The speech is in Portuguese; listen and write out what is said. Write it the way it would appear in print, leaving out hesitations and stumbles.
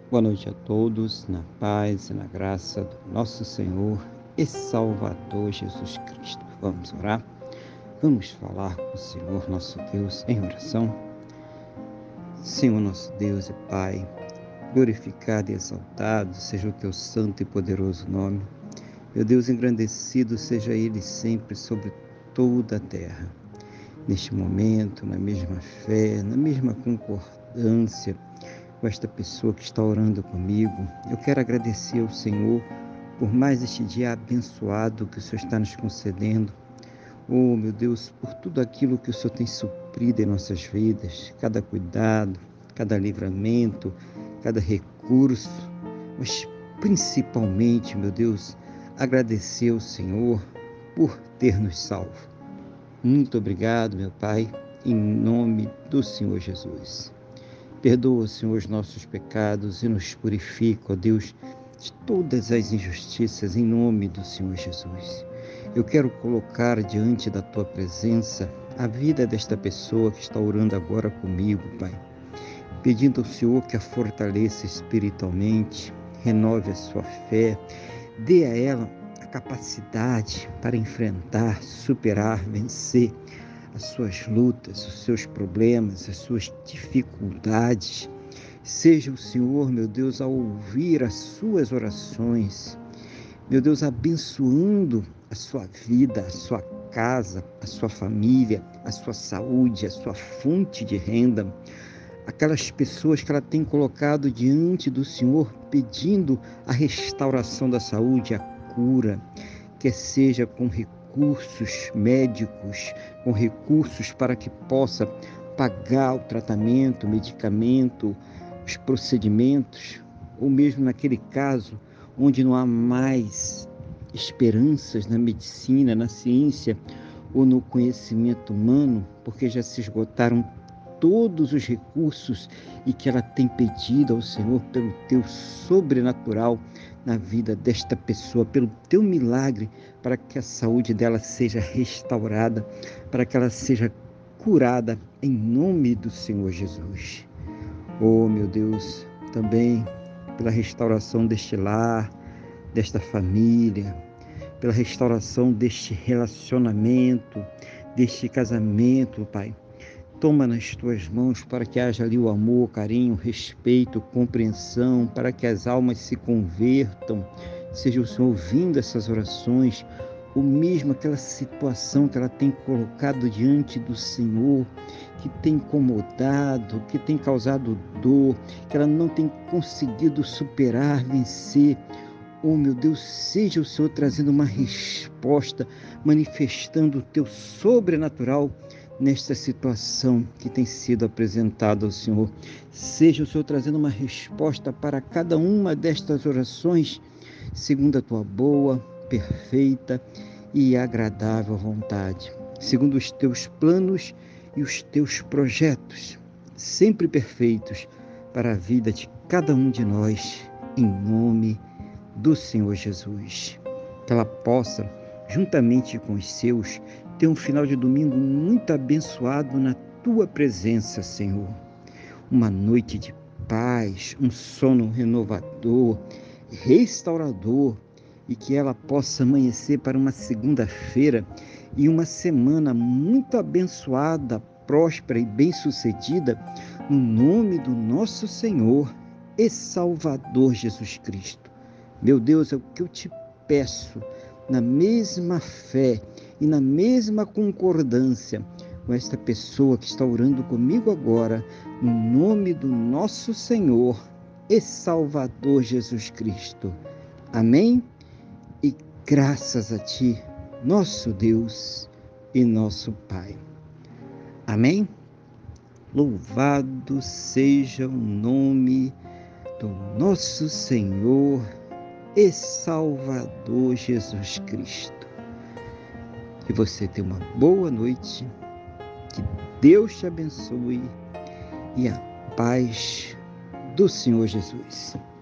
Boa noite a todos, na paz e na graça do nosso Senhor e Salvador Jesus Cristo. Vamos orar? Vamos falar com o Senhor nosso Deus em oração? Senhor nosso Deus e Pai, glorificado e exaltado seja o teu santo e poderoso nome. Meu Deus, engrandecido seja Ele sempre sobre toda a terra. Neste momento, na mesma fé, na mesma concordância, com esta pessoa que está orando comigo, eu quero agradecer ao Senhor por mais este dia abençoado que o Senhor está nos concedendo. Oh, meu Deus, por tudo aquilo que o Senhor tem suprido em nossas vidas, cada cuidado, cada livramento, cada recurso, mas principalmente, meu Deus, agradecer ao Senhor por ter nos salvo. Muito obrigado, meu Pai, em nome do Senhor Jesus. Perdoa, Senhor, os nossos pecados e nos purifica, ó Deus, de todas as injustiças, em nome do Senhor Jesus. Eu quero colocar diante da Tua presença a vida desta pessoa que está orando agora comigo, Pai, pedindo ao Senhor que a fortaleça espiritualmente, renove a sua fé, dê a ela a capacidade para enfrentar, superar, vencer as suas lutas, os seus problemas, as suas dificuldades. Seja o Senhor, meu Deus, a ouvir as suas orações, meu Deus, abençoando a sua vida, a sua casa, a sua família, a sua saúde, a sua fonte de renda, aquelas pessoas que ela tem colocado diante do Senhor, pedindo a restauração da saúde, a cura, que seja com recursos médicos, com recursos para que possa pagar o tratamento, o medicamento, os procedimentos, ou mesmo naquele caso onde não há mais esperanças na medicina, na ciência ou no conhecimento humano, porque já se esgotaram todos os recursos e que ela tem pedido ao Senhor pelo teu sobrenatural na vida desta pessoa, pelo teu milagre, para que a saúde dela seja restaurada, para que ela seja curada em nome do Senhor Jesus. Oh, meu Deus, também pela restauração deste lar, desta família, pela restauração deste relacionamento, deste casamento, Pai. Toma nas tuas mãos para que haja ali o amor, carinho, respeito, compreensão, para que as almas se convertam. Seja o Senhor ouvindo essas orações, ou mesmo aquela situação que ela tem colocado diante do Senhor, que tem incomodado, que tem causado dor, que ela não tem conseguido superar, vencer. Oh, meu Deus, seja o Senhor trazendo uma resposta, manifestando o teu sobrenatural nesta situação que tem sido apresentada ao Senhor. Seja o Senhor trazendo uma resposta para cada uma destas orações, segundo a tua boa, perfeita e agradável vontade, segundo os teus planos e os teus projetos, sempre perfeitos para a vida de cada um de nós, em nome do Senhor Jesus. Que ela possa, juntamente com os seus, ter um final de domingo muito abençoado na tua presença, Senhor. Uma noite de paz, um sono renovador, restaurador, e que ela possa amanhecer para uma segunda-feira e uma semana muito abençoada, próspera e bem-sucedida, no nome do nosso Senhor e Salvador Jesus Cristo. Meu Deus, é o que eu te peço, na mesma fé e na mesma concordância com esta pessoa que está orando comigo agora, no nome do nosso Senhor e Salvador Jesus Cristo. Amém? E graças a Ti, nosso Deus e nosso Pai. Amém? Louvado seja o nome do nosso Senhor e Salvador Jesus Cristo. Que você tenha uma boa noite, que Deus te abençoe e a paz do Senhor Jesus.